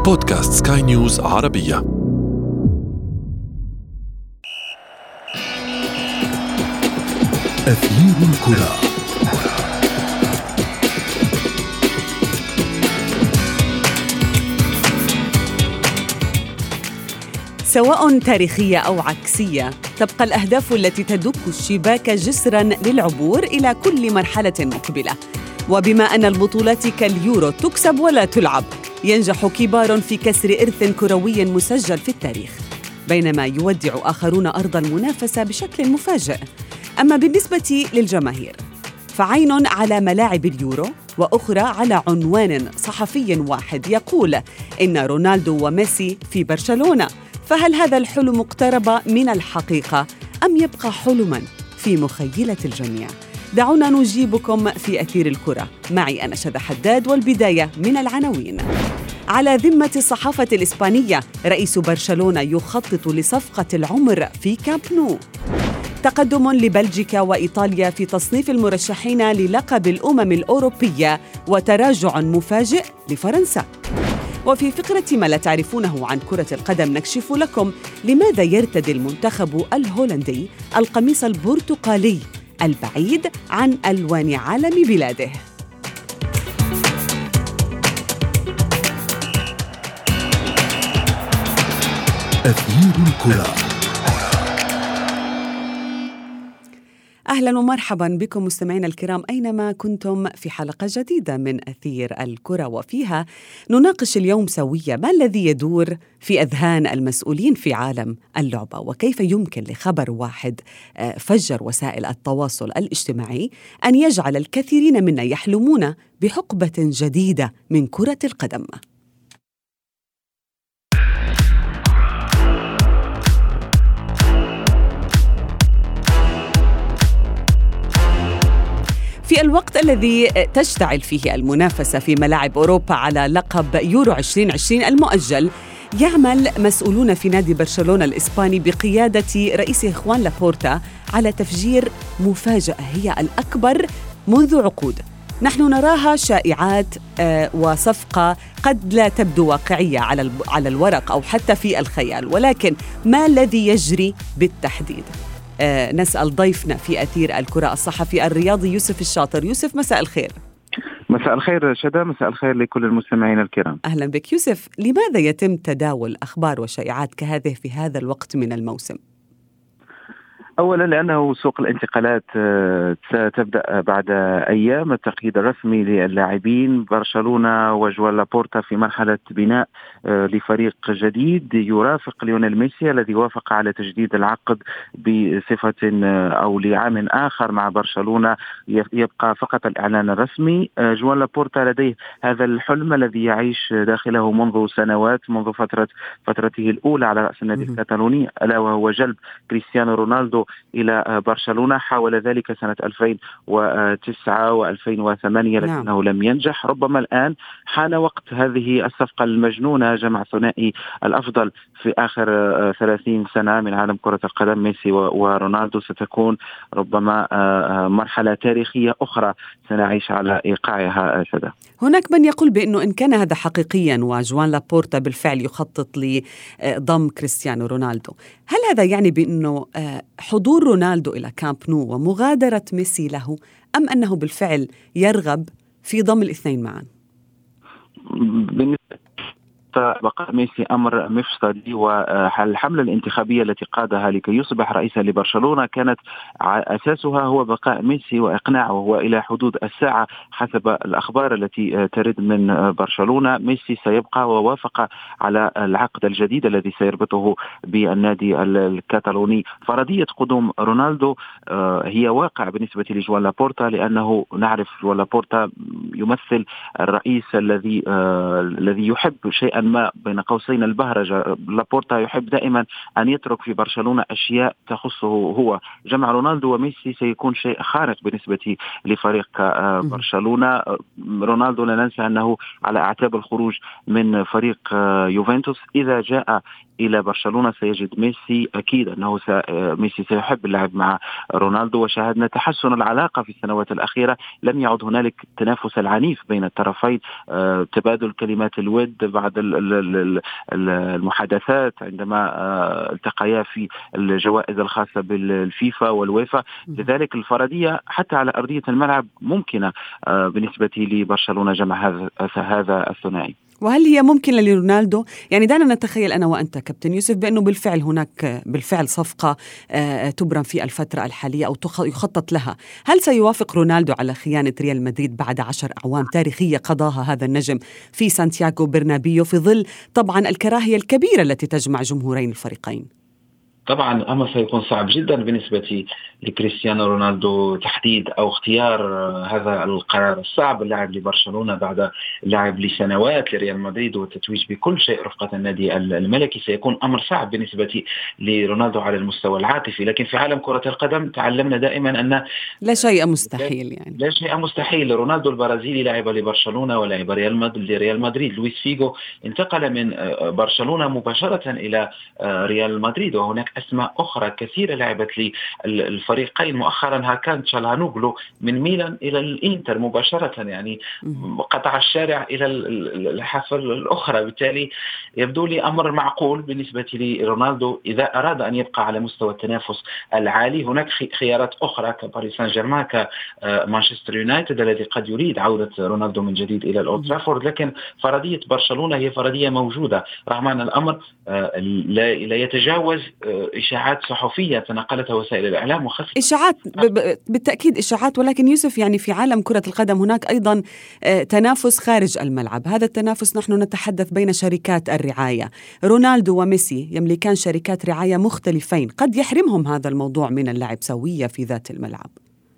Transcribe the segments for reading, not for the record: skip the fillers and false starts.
بودكاست سكاي نيوز عربية. أثير الكرة. سواء تاريخية أو عكسية، تبقى الأهداف التي تدك الشباك جسراً للعبور إلى كل مرحلة مقبلة. وبما أن البطولات كاليورو تكسب ولا تلعب، ينجح كبار في كسر إرث كروي مسجل في التاريخ، بينما يودع آخرون أرض المنافسة بشكل مفاجئ. أما بالنسبة للجماهير فعين على ملاعب اليورو، وأخرى على عنوان صحفي واحد يقول إن رونالدو وميسي في برشلونة. فهل هذا الحلم اقترب من الحقيقة أم يبقى حلماً في مخيلة الجميع؟ دعونا نجيبكم في أثير الكرة. معي أنا شذى حداد، والبداية من العناوين. على ذمة الصحافة الإسبانية، رئيس برشلونة يخطط لصفقة العمر في كامب نو. تقدم لبلجيكا وإيطاليا في تصنيف المرشحين للقب الأمم الأوروبية، وتراجع مفاجئ لفرنسا. وفي فقرة ما لا تعرفونه عن كرة القدم، نكشف لكم لماذا يرتدي المنتخب الهولندي القميص البرتقالي البعيد عن ألوان علم بلاده. أثير الكرة. أهلاً ومرحباً بكم مستمعينا الكرام أينما كنتم في حلقة جديدة من أثير الكرة، وفيها نناقش اليوم سوية ما الذي يدور في أذهان المسؤولين في عالم اللعبة، وكيف يمكن لخبر واحد فجر وسائل التواصل الاجتماعي أن يجعل الكثيرين منا يحلمون بحقبة جديدة من كرة القدم. في الوقت الذي تشتعل فيه المنافسة في ملاعب أوروبا على لقب يورو 2020 المؤجل، يعمل مسؤولون في نادي برشلونة الإسباني بقيادة رئيسه خوان لابورتا على تفجير مفاجأة هي الأكبر منذ عقود. نحن نراها شائعات وصفقة قد لا تبدو واقعية على الورق أو حتى في الخيال، ولكن ما الذي يجري بالتحديد؟ نسأل ضيفنا في أثير الكرة الصحفي الرياضي يوسف الشاطر. يوسف، مساء الخير. مساء الخير شذى، مساء الخير لكل المستمعين الكرام. أهلا بك يوسف. لماذا يتم تداول أخبار وشائعات كهذه في هذا الوقت من الموسم؟ أولا لأنه سوق الانتقالات ستبدأ بعد أيام التقييد الرسمي للاعبين. برشلونة وجوان لابورتا في مرحلة بناء لفريق جديد يرافق ليونيل ميسي الذي وافق على تجديد العقد بصفة أو لعام آخر مع برشلونة. يبقى فقط الإعلان الرسمي. جوان لابورتا لديه هذا الحلم الذي يعيش داخله منذ سنوات، منذ فترته الأولى على رأس النادي الكتالوني، ألا وهو جلب كريستيانو رونالدو إلى برشلونة. حاول ذلك سنة 2009 و2008 لكنه لم ينجح. ربما الآن حان وقت هذه الصفقة المجنونة، جمع ثنائي الأفضل في آخر 30 سنة من عالم كرة القدم، ميسي ورونالدو. ستكون ربما مرحلة تاريخية أخرى سنعيش على إيقاعها شذا. هناك من يقول بأنه إن كان هذا حقيقيا وجوان لابورتا بالفعل يخطط لضم كريستيانو رونالدو، هل هذا يعني بأنه حضور رونالدو إلى كامب نو ومغادرة ميسي له، أم أنه بالفعل يرغب في ضم الاثنين معا؟ بقاء ميسي أمر مفصلي، والحملة الانتخابية التي قادها لكي يصبح رئيسا لبرشلونة كانت أساسها هو بقاء ميسي وإقناعه. وإلى حدود الساعة حسب الأخبار التي ترد من برشلونة ميسي سيبقى، ووافق على العقد الجديد الذي سيربطه بالنادي الكتالوني. فرضية قدوم رونالدو هي واقع بالنسبة لجوان لابورتا، لأنه نعرف جوان لابورتا يمثل الرئيس الذي يحب شيئا ما بين قوسين البهرجة. لابورتا يحب دائما أن يترك في برشلونة أشياء تخصه هو. جمع رونالدو وميسي سيكون شيء خارق بالنسبة لفريق برشلونة. رونالدو لا ننسى أنه على أعتاب الخروج من فريق يوفنتوس. إذا جاء إلى برشلونة سيجد ميسي، أكيد أنه ميسي سيحب اللعب مع رونالدو. وشاهدنا تحسن العلاقة في السنوات الأخيرة، لم يعد هنالك تنافس العنيف بين الطرفين، تبادل كلمات الود بعد المحادثات عندما التقيا في الجوائز الخاصة بالفيفا والويفا. لذلك الفردية حتى على أرضية الملعب ممكنة بالنسبة لبرشلونة جمع هذا الثنائي. وهل هي ممكنة لرونالدو؟ يعني دعنا نتخيل أنا وأنت كابتن يوسف بأنه بالفعل هناك صفقة تبرم في الفترة الحالية أو يخطط لها. هل سيوافق رونالدو على خيانة ريال مدريد بعد 10 أعوام تاريخية قضاها هذا النجم في سانتياغو برنابيو في ظل طبعا الكراهية الكبيرة التي تجمع جمهورين الفريقين؟ طبعا أمر سيكون صعب جدا بالنسبة لكريستيانو رونالدو تحديد أو اختيار هذا القرار الصعب. اللاعب لبرشلونة بعد لعب لسنوات لريال مدريد والتتويج بكل شيء رفقة النادي الملكي سيكون أمر صعب بالنسبة لرونالدو على المستوى العاطفي. لكن في عالم كرة القدم تعلمنا دائما أن لا شيء مستحيل، يعني لا شيء مستحيل. رونالدو البرازيلي لعب لبرشلونة ولعب لريال مدريد. لويس فيغو انتقل من برشلونة مباشرة إلى ريال مدريد، وهناك أسماء أخرى كثيرة لعبت للفريقين مؤخرا. هاكان تشالهانوغلو من ميلان إلى الإنتر مباشرة، يعني قطع الشارع إلى الحافل الأخرى. بالتالي يبدو لي أمر معقول بالنسبة لرونالدو إذا أراد أن يبقى على مستوى التنافس العالي. هناك خيارات أخرى كباريس سان جيرمان كمانشستر يونايتد الذي قد يريد عودة رونالدو من جديد إلى الأولد ترافورد. لكن فرضية برشلونة هي فرضية موجودة رغم أن الأمر لا يتجاوز إشاعات صحفية تنقلتها وسائل الإعلام وخاصة إشاعات بالتأكيد إشاعات. ولكن يوسف يعني في عالم كرة القدم هناك أيضا تنافس خارج الملعب. هذا التنافس نحن نتحدث بين شركات الرعاية. رونالدو وميسي يملكان شركات رعاية مختلفين، قد يحرمهم هذا الموضوع من اللعب سوية في ذات الملعب.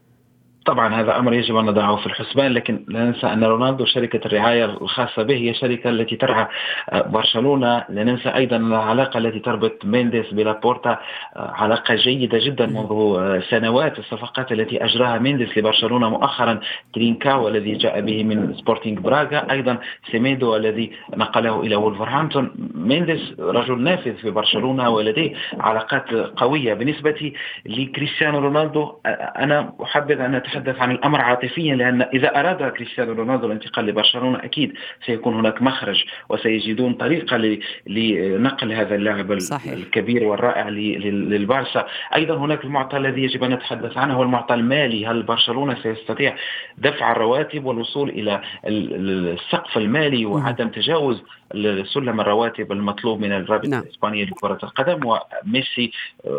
طبعا هذا أمر يجب أن نضعه في الحسبان، لكن لا ننسى أن رونالدو شركة الرعاية الخاصة به هي شركة التي ترعى برشلونة. لا ننسى أيضا العلاقة التي تربط مينديس بلابورتا علاقة جيدة جدا منذ سنوات. الصفقات التي أجراها مينديس لبرشلونة مؤخرا، ترينكاو الذي جاء به من سبورتينغ براغا، أيضا سيميدو الذي نقله إلى وولفرهامبتون. مينديس رجل نافذ في برشلونة ولديه علاقات قوية. بالنسبة لكريستيانو رونالدو أنا أحبذ أن أتحدث عن الأمر عاطفيا، لأن إذا أراد كريستيانو رونالدو الانتقال لبرشلونة أكيد سيكون هناك مخرج وسيجدون طريقة لنقل هذا اللاعب الكبير والرائع للبارسا. أيضا هناك المعطى الذي يجب أن نتحدث عنه هو المعطى المالي. هل برشلونة سيستطيع دفع الرواتب والوصول إلى السقف المالي وعدم تجاوز سلم الرواتب المطلوب من الرابطة الإسبانية لكرة القدم؟ وميسي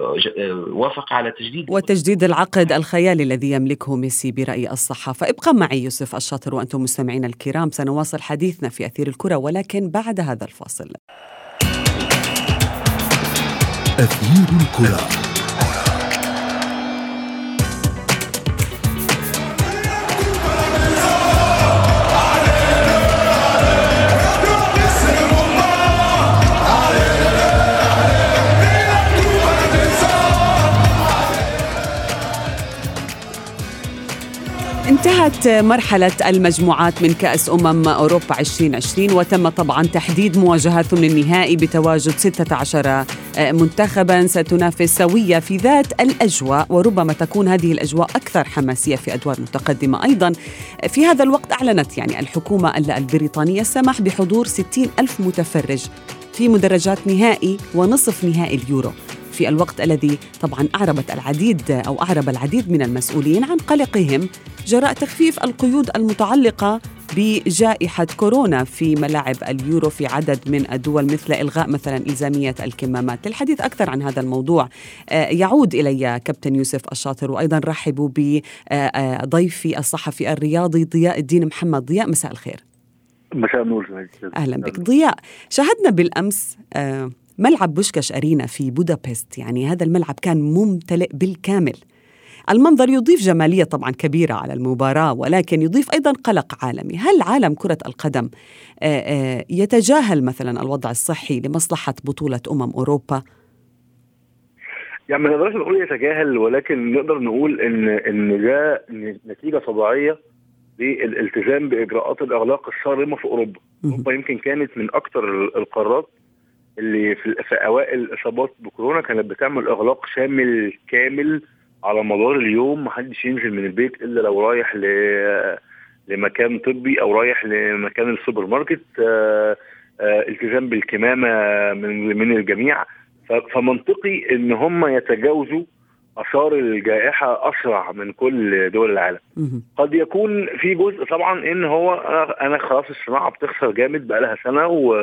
وافق على تجديد العقد الخيالي الذي يملكه ميسي برأي الصحافة. ابقى معي يوسف الشاطر وأنتم مستمعين الكرام، سنواصل حديثنا في أثير الكرة ولكن بعد هذا الفاصل. أثير الكرة. انتهت مرحلة المجموعات من كأس أوروبا 2020 وتم طبعا تحديد مواجهات ثمن النهائي بتواجد 16 منتخبا ستنافس سوية في ذات الأجواء، وربما تكون هذه الأجواء أكثر حماسية في أدوار متقدمة. أيضا في هذا الوقت أعلنت يعني الحكومة البريطانية السماح بحضور 60,000 متفرج في مدرجات نهائي ونصف نهائي اليورو، في الوقت الذي طبعا أعرب العديد من المسؤولين عن قلقهم جراء تخفيف القيود المتعلقة بجائحة كورونا في ملاعب اليورو في عدد من الدول، مثل إلغاء مثلا إلزامية الكمامات. للحديث أكثر عن هذا الموضوع يعود إلي كابتن يوسف الشاطر، وأيضا رحبوا بضيفي الصحفي الرياضي ضياء الدين محمد. ضياء مساء الخير. مساء النور. أهلا بك ضياء. شاهدنا بالأمس ملعب بوشكاش أرينا في بودابست، يعني هذا الملعب كان ممتلئ بالكامل. المنظر يضيف جمالية طبعا كبيرة على المباراة، ولكن يضيف أيضا قلق عالمي. هل عالم كرة القدم يتجاهل مثلا الوضع الصحي لمصلحة بطولة أوروبا؟ يعني ما نقدرش نقول يتجاهل، ولكن نقدر نقول إن ده نتيجة طبيعية للالتزام بإجراءات الإغلاق الصارمة في أوروبا. أوروبا يمكن كانت من أكثر القارات اللي في أوائل الإصابات بكورونا كانت بتعمل إغلاق شامل كامل على مدار اليوم. محدش ينزل من البيت إلا لو رايح لمكان طبي أو رايح لمكان السوبر ماركت. التزام بالكمامة من الجميع. فمنطقي ان هم يتجاوزوا اثار الجائحة اسرع من كل دول العالم. قد يكون في جزء طبعا ان هو انا خلاص الصناعة بتخسر جامد بقى لها سنة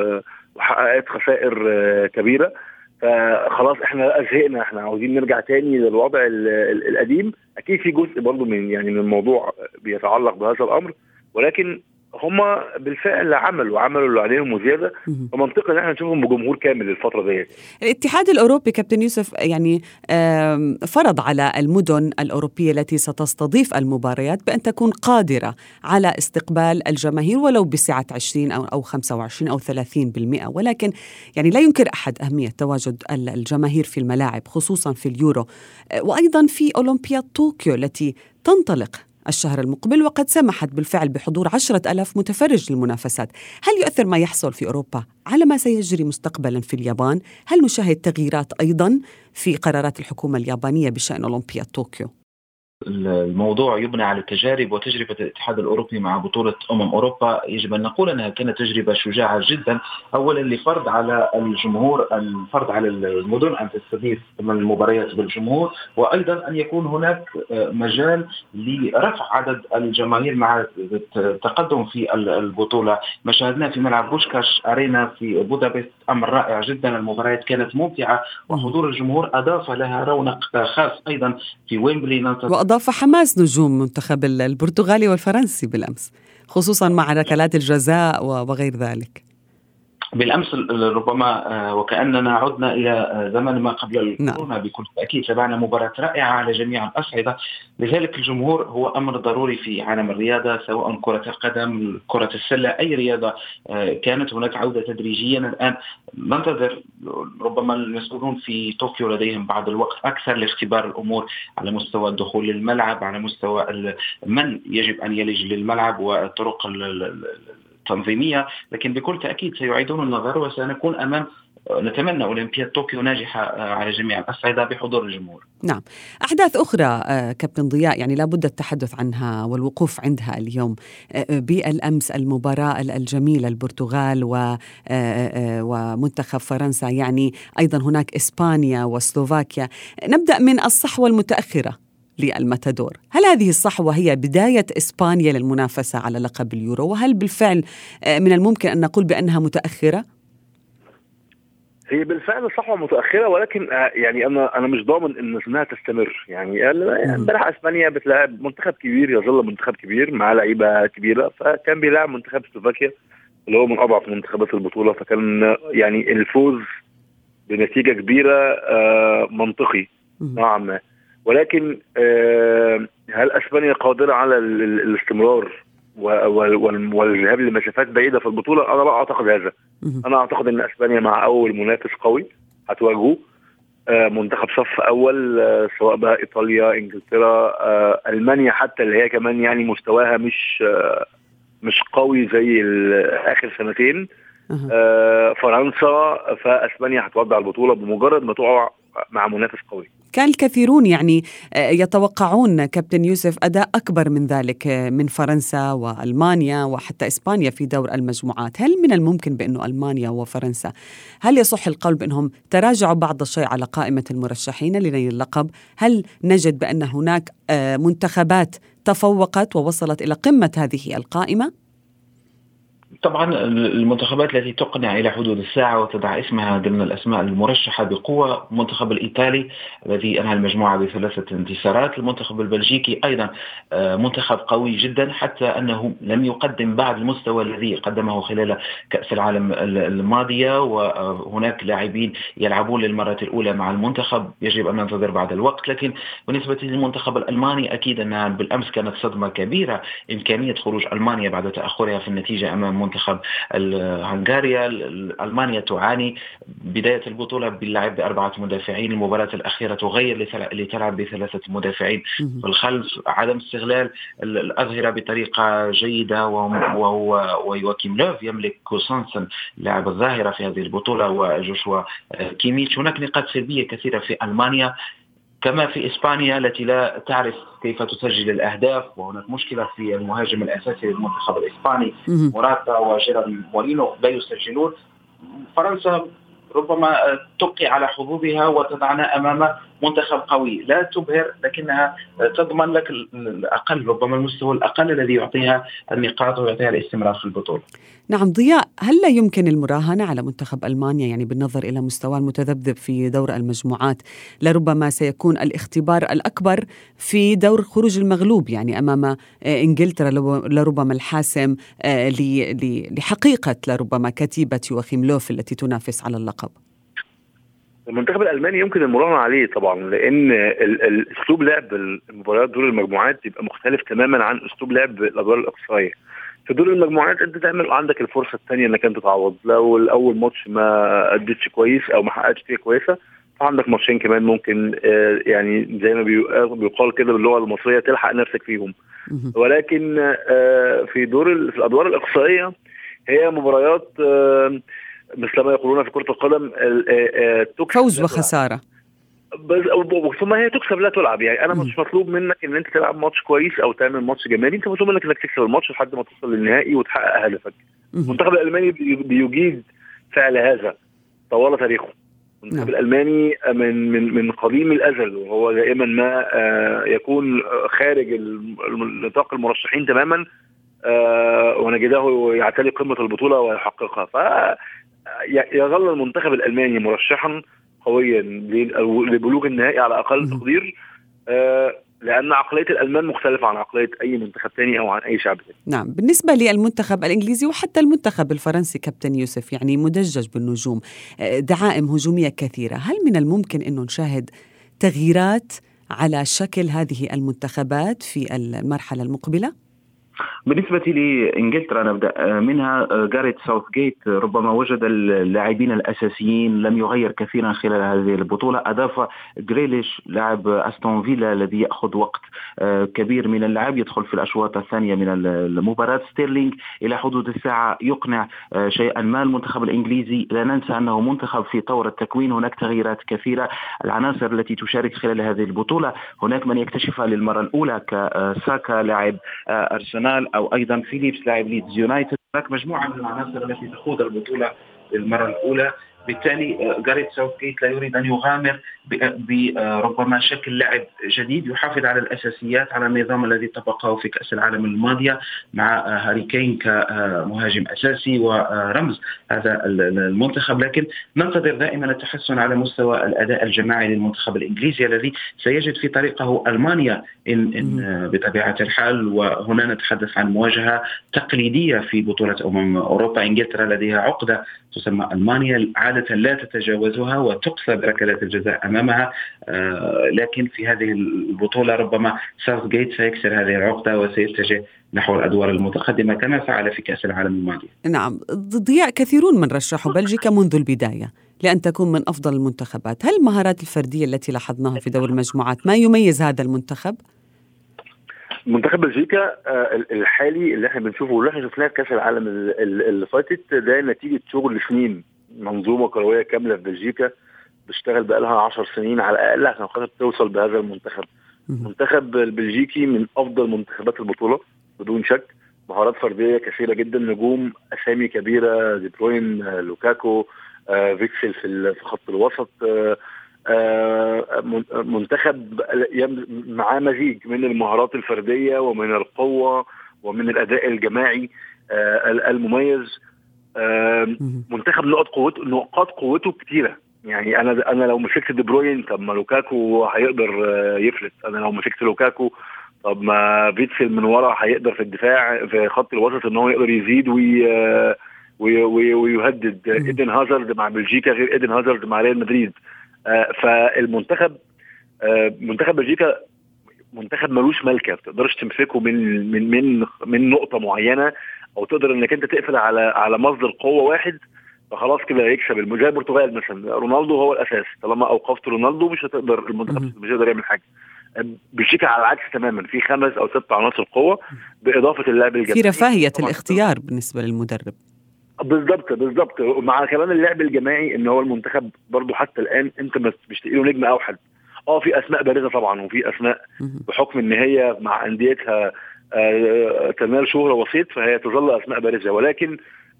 وحققت خسائر كبيرة، فخلاص احنا زهقنا، احنا عاوزين نرجع تاني للوضع القديم. اكيد في جزء برضو من الموضوع بيتعلق بهذا الامر، ولكن هم بالفعل عملوا اللي عليهم وزياده، فمنطقي ان احنا نشوفهم بجمهور كامل الفتره ديت. الاتحاد الاوروبي كابتن يوسف يعني فرض على المدن الاوروبيه التي ستستضيف المباريات بان تكون قادره على استقبال الجماهير ولو بسعه 20 او 25 او 30%، ولكن يعني لا ينكر احد اهميه تواجد الجماهير في الملاعب خصوصا في اليورو، وايضا في اولمبياد طوكيو التي تنطلق الشهر المقبل، وقد سمحت بالفعل بحضور 10,000 متفرج للمنافسات. هل يؤثر ما يحصل في أوروبا على ما سيجري مستقبلا في اليابان؟ هل نشاهد تغييرات أيضا في قرارات الحكومة اليابانية بشأن أولمبياد طوكيو؟ الموضوع يبنى على التجارب، وتجربة الاتحاد الأوروبي مع بطولة أوروبا يجب أن نقول أنها كانت تجربة شجاعة جدا. أولا لفرض على الجمهور، الفرض على المدن أن تستضيف المباريات بالجمهور، وأيضا أن يكون هناك مجال لرفع عدد الجماهير مع التقدم في البطولة. ما شاهدناه في ملعب بوشكاش أرينا في بودابست أمر رائع جدا، المباريات كانت ممتعة وحضور الجمهور أضاف لها رونق خاص. أيضا في ويمبلي وأضاف حماس نجوم منتخب البرتغالي والفرنسي بالأمس، خصوصا مع ركلات الجزاء وغير ذلك. بالأمس ربما وكأننا عدنا إلى زمن ما قبل الكورونا. بكل تأكيد تابعنا مباراة رائعة على جميع الأصعدة، لذلك الجمهور هو أمر ضروري في عالم الرياضة، سواء كرة القدم، كرة السلة، أي رياضة كانت. هناك عودة تدريجيا الآن ننتظر، ربما المسؤولون في طوكيو لديهم بعض الوقت أكثر لاختبار الأمور على مستوى الدخول للملعب، على مستوى من يجب أن يلج للملعب والطرق تنظيمية، لكن بكل تأكيد سيعيدون النظر وسنكون أمام نتمنى أولمبياد طوكيو ناجحة على جميع الأصعدة بحضور الجمهور. نعم، أحداث أخرى كابتن ضياء يعني لابد التحدث عنها والوقوف عندها اليوم. بالأمس المباراة الجميلة البرتغال ومنتخب فرنسا، يعني أيضا هناك إسبانيا وسلوفاكيا. نبدأ من الصحوة المتأخرة للماتادور. هل هذه الصحوة هي بداية إسبانيا للمنافسة على لقب اليورو؟ وهل بالفعل من الممكن أن نقول بأنها متأخرة؟ هي بالفعل صحوة متأخرة، ولكن يعني أنا مش ضامن إنها تستمر. يعني امبارح إسبانيا بتلاعب منتخب كبير، يظل منتخب كبير مع لعيبة كبيرة، فكان بيلاعب منتخب سلوفاكيا اللي هو من أضعف منتخبات البطولة، فكان يعني الفوز بنتيجة كبيرة منطقي نوعا ما. ولكن هل أسبانيا قادرة على الاستمرار والذهاب لمسافات بعيدة في البطولة؟ أنا لا أعتقد هذا. أنا أعتقد أن أسبانيا مع أول منافس قوي هتواجهه منتخب صف أول، سواء بقى إيطاليا، إنجلترا، ألمانيا حتى اللي هي كمان يعني مستواها مش قوي زي آخر سنتين، فرنسا. فأسبانيا هتودع البطولة بمجرد ما تقع مع منافس قوي. كان الكثيرون يعني يتوقعون كابتن يوسف أداء أكبر من ذلك من فرنسا وألمانيا وحتى إسبانيا في دور المجموعات. هل من الممكن بأنه ألمانيا وفرنسا هل يصح القول بأنهم تراجعوا بعض الشيء على قائمة المرشحين لنيل اللقب؟ هل نجد بأن هناك منتخبات تفوقت ووصلت إلى قمة هذه القائمة؟ طبعا المنتخبات التي تقنع إلى حدود الساعة وتضع اسمها ضمن الأسماء المرشحة بقوة: المنتخب الإيطالي الذي أنهى المجموعة ب3 انتصارات، المنتخب البلجيكي أيضا منتخب قوي جدا، حتى أنه لم يقدم بعد المستوى الذي قدمه خلال كأس العالم الماضية، وهناك لاعبين يلعبون للمرة الأولى مع المنتخب، يجب أن ننتظر بعد الوقت. لكن بالنسبة للمنتخب الألماني أكيد أنها بالأمس كانت صدمة كبيرة، إمكانية خروج ألمانيا بعد تأخرها في النتيجة أمام منتخب هنغاريا. ألمانيا تعاني بداية البطولة باللعب ب4 مدافعين، المباراة الأخيرة تغير لتلعب ب3 مدافعين في الخلف، عدم استغلال الأظهرة بطريقة جيدة، ويواكيم لوف يملك كوسانسن لاعب الظاهرة في هذه البطولة وجوشوا كيميتش. هناك نقاط سلبية كثيرة في ألمانيا كما في إسبانيا التي لا تعرف كيف تسجل الأهداف، وهناك مشكلة في المهاجم الأساسي للمنتخب الإسباني موراتا وجيرارد مورينو لا يسجلون. فرنسا ربما تبقي على حظوظها وتضعنا أمام منتخب قوي لا تبهر، لكنها تضمن لك الأقل، ربما المستوى الأقل الذي يعطيها النقاط ويعطيها الاستمرار في البطولة. نعم ضياء، هل لا يمكن المراهنة على منتخب ألمانيا يعني بالنظر إلى مستوى المتذبذب في دور المجموعات؟ لربما سيكون الاختبار الأكبر في دور خروج المغلوب يعني أمام إنجلترا، لربما الحاسم لحقيقة لربما كتيبة يوخيم لوف التي تنافس على اللقب. المنتخب الألماني يمكن المراهنة عليه طبعا، لأن أسلوب لعب المباريات دور المجموعات يبقى مختلف تماما عن أسلوب لعب الأدوار الإقصائية. في دور المجموعات أنت تعمل عندك الفرصة الثانية إنك أنت تعوض، لو الأول ماتش ما أديتش كويس أو ما حققتش فيه كويسة فعندك ماتشين كمان ممكن يعني زي ما بيقال كده باللغة المصرية تلحق نفسك فيهم. ولكن في الأدوار الإقصائية هي مباريات مثل ما يقولون في كرة القدم فوز وخسارة، ثم هي تكسب لا تلعب. يعني انا مش مطلوب منك ان انت تلعب ماتش كويس او تعمل ماتش جمالي، انت مطلوب منك انك تكسب الماتش لحد ما توصل للنهائي وتحقق هدفك. المنتخب الالماني بيجيد فعل هذا طوال تاريخه. المنتخب الالماني من قديم الازل وهو دائما ما يكون خارج نطاق المرشحين تماما، ونجده يعتلي قمة البطولة ويحققها. فيظل المنتخب الألماني مرشحا قويا لبلوغ النهائي على أقل تقدير، لأن عقلية الألمان مختلفة عن عقلية أي منتخب تاني أو عن أي شعب تاني. نعم، بالنسبة للمنتخب الإنجليزي وحتى المنتخب الفرنسي كابتن يوسف يعني مدجج بالنجوم، دعائم هجومية كثيرة، هل من الممكن أنه نشاهد تغييرات على شكل هذه المنتخبات في المرحلة المقبلة؟ بالنسبة لإنجلترا نبدأ منها. جاريت ساوثغيت ربما وجد اللاعبين الأساسيين، لم يغير كثيرا خلال هذه البطولة. أضاف غريليش لاعب أستون فيلا الذي يأخذ وقت كبير من اللعب، يدخل في الأشواط الثانية من المباراة. ستيرلينج إلى حدود الساعة يقنع شيئا ما المنتخب الإنجليزي. لا ننسى أنه منتخب في طور التكوين، هناك تغييرات كثيرة. العناصر التي تشارك خلال هذه البطولة هناك من يكتشفها للمرة الأولى كساكا لاعب أرسنال، أو أيضا فيليبس لاعب ليدز يونايتد. هناك مجموعة من العناصر التي تخوض البطولة للمرة الأولى. بالتالي جاريت ساوثغيت لا يريد أن يغامر بربما شكل لعب جديد، يحافظ على الأساسيات، على النظام الذي طبقه في كأس العالم الماضية مع هاري كين كمهاجم أساسي ورمز هذا المنتخب. لكن ننتظر دائما التحسن على مستوى الأداء الجماعي للمنتخب الإنجليزي الذي سيجد في طريقه ألمانيا إن بطبيعة الحال. وهنا نتحدث عن مواجهة تقليدية في بطولة أوروبا. إنجلترا لديها عقدة تسمى ألمانيا، عادة لا تتجاوزها وتقصى بركلات الجزاء أمامها، لكن في هذه البطولة ربما ساوثغيت سيكسر هذه العقدة وسيتجه نحو الأدوار المتقدمة كما فعل في كأس العالم الماضي. نعم ضياء، كثيرون من رشحوا بلجيكا منذ البداية لأن تكون من أفضل المنتخبات. هل المهارات الفردية التي لاحظناها في دور المجموعات ما يميز هذا المنتخب؟ منتخب بلجيكا الحالي اللي احنا بنشوفه واللي احنا شفناه في كأس العالم اللي فاتت ده نتيجة شغل سنين. منظومة كروية كاملة في بلجيكا بتشتغل بقالها 10 سنين على الأقل عشان خاطر توصل بهذا المنتخب. المنتخب البلجيكي من أفضل منتخبات البطولة بدون شك، مهارات فردية كثيرة جدا، نجوم أسامي كبيرة، دي بروين، لوكاكو، فيكسل في خط الوسط. منتخب معاه مزيج من المهارات الفردية ومن القوة ومن الأداء الجماعي المميز. منتخب نقاط قوته كتيرة. يعني أنا لو مسكت دي بروين طب ما لوكاكو هيقدر يفلت، أنا لو مسكت لوكاكو طب ما فيتسل من ورا هيقدر في الدفاع في خط الوسط إن هو يقدر يزيد ويهدد. إيدن هازارد مع بلجيكا غير إيدن هازارد مع ريال مدريد. فالمنتخب منتخب بلجيكا منتخب ملوش ملكة، ما تقدرش تمسكه من نقطة معينة أو تقدر إنك أنت تقفل على مصدر قوة واحد فخلاص كده يكسب. زي البرتغال مثلا، رونالدو هو الأساس، طالما أوقفت رونالدو مش هتقدر المنتخب مش هيقدر يعمل حاجة. بلجيكا على العكس تماما، في 5 أو 6 عناصر قوة بإضافة اللاعب الجماعي، في رفاهية الاختيار بالنسبة للمدرب. بالضبط مع كمان اللعب الجماعي ان هو المنتخب برضو حتى الان انت مش تلاقيه نجم اوحد. في اسماء بارزه طبعا، وفي اسماء بحكم ان هي مع انديتها تنال شهره وسيط فهي تظل اسماء بارزه، ولكن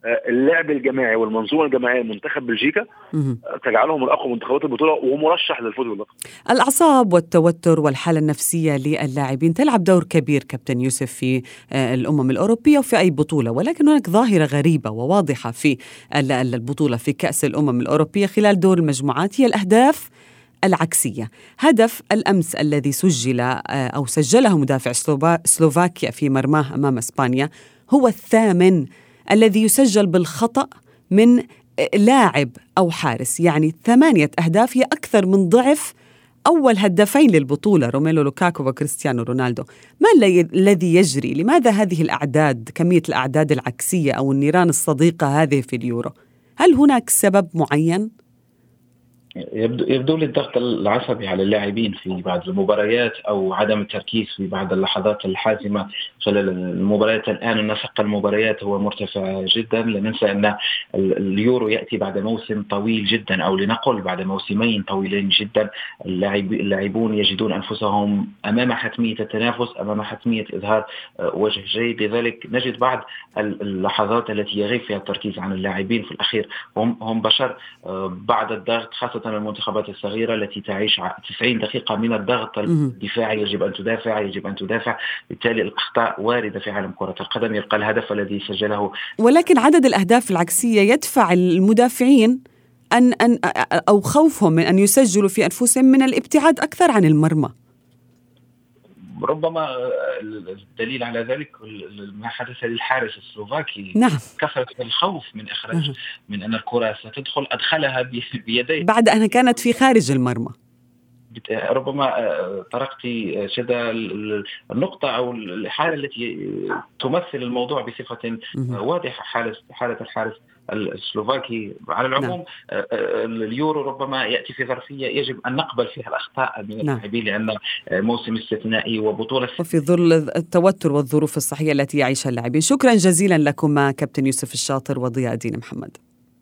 اللعب الجماعي والمنظومه الجماعيه لمنتخب بلجيكا تجعلهم من اقوى منتخبات البطوله ومرشح للفوز باللقب. الاعصاب والتوتر والحاله النفسيه للاعبين تلعب دور كبير كابتن يوسف في الامم الاوروبيه وفي اي بطوله، ولكن هناك ظاهره غريبه وواضحه في البطوله في كاس الامم الاوروبيه خلال دور المجموعات، هي الاهداف العكسية. هدف الأمس الذي سجله مدافع سلوفاكيا في مرماه أمام إسبانيا هو الثامن الذي يسجل بالخطأ من لاعب أو حارس، يعني 8 أهداف هي أكثر من ضعف أول هدافين للبطولة روميلو لوكاكو وكريستيانو رونالدو. ما الذي يجري؟ لماذا هذه الأعداد، كمية الأعداد العكسية أو النيران الصديقة هذه في اليورو؟ هل هناك سبب معين؟ يبدو لي الضغط العصبي على اللاعبين في بعض المباريات أو عدم التركيز في بعض اللحظات الحاسمة خلال المباريات. الآن نسق المباريات هو مرتفع جدا. لا ننسى أن اليورو يأتي بعد موسم طويل جدا، أو لنقل بعد موسمين طويلين جدا. اللاعبون يجدون أنفسهم أمام حتمية التنافس، أمام حتمية إظهار وجه جيد. لذلك نجد بعض اللحظات التي يغيب فيها التركيز عن اللاعبين. في الأخير هم بشر. بعد الضغط خاصة المنتخبات الصغيرة التي تعيش 90 دقيقة من الضغط الدفاعي، يجب أن تدافع. بالتالي الأخطاء واردة في عالم كرة القدم. يبقى الهدف الذي سجله، ولكن عدد الأهداف العكسية يدفع المدافعين أو خوفهم من أن يسجلوا في أنفسهم من الابتعاد أكثر عن المرمى. ربما الدليل على ذلك ما حدث للحارس السلوفاكي. نعم. كثرة الخوف من إخراج من أن الكرة ستدخل، أدخلها بيديه بعد أنها كانت في خارج المرمى. ربما طرقت شدة النقطة أو الحالة التي تمثل الموضوع بصفة واضحة، حالة الحارس السلوفاكي. على العموم اليورو ربما يأتي في ظرفية يجب أن نقبل فيها الأخطاء من اللاعبين، لأن موسم استثنائي وبطولة وفي ظل التوتر والظروف الصحية التي يعيشها اللاعبين. شكرا جزيلا لكم كابتن يوسف الشاطر وضياء الدين محمد.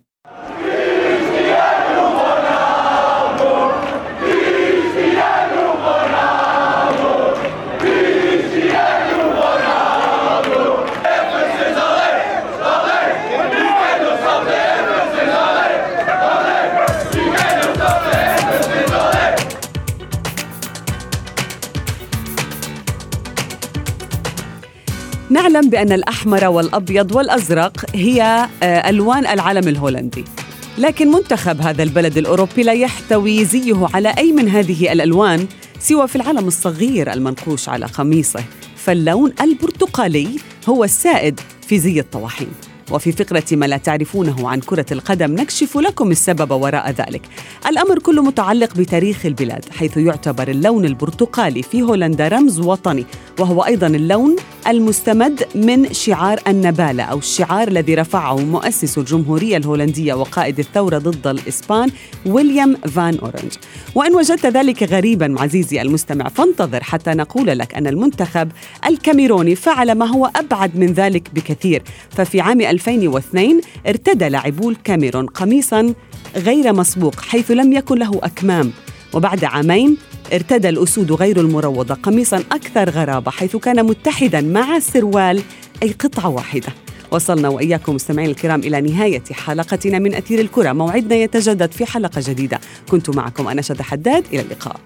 نعلم بأن الأحمر والأبيض والأزرق هي ألوان العلم الهولندي، لكن منتخب هذا البلد الأوروبي لا يحتوي زيه على أي من هذه الألوان سوى في العلم الصغير المنقوش على قميصه، فاللون البرتقالي هو السائد في زي الطواحين. وفي فقرة ما لا تعرفونه عن كرة القدم نكشف لكم السبب وراء ذلك. الأمر كله متعلق بتاريخ البلاد، حيث يعتبر اللون البرتقالي في هولندا رمز وطني، وهو أيضاً اللون المستمد من شعار النبالة، أو الشعار الذي رفعه مؤسس الجمهورية الهولندية وقائد الثورة ضد الإسبان ويليام فان أورنج. وإن وجدت ذلك غريباً عزيزي المستمع فانتظر حتى نقول لك أن المنتخب الكاميروني فعل ما هو أبعد من ذلك بكثير. ففي عام 2002 ارتدى لاعبو الكاميرون قميصاً غير مسبوق حيث لم يكن له أكمام، وبعد عامين ارتدى الأسود غير المروضة قميصاً أكثر غرابة حيث كان متحداً مع سروال أي قطعة واحدة. وصلنا وإياكم مستمعين الكرام إلى نهاية حلقتنا من أثير الكرة. موعدنا يتجدد في حلقة جديدة. كنت معكم أنا شذى حداد، إلى اللقاء.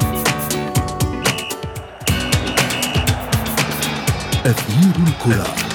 أثير الكرة.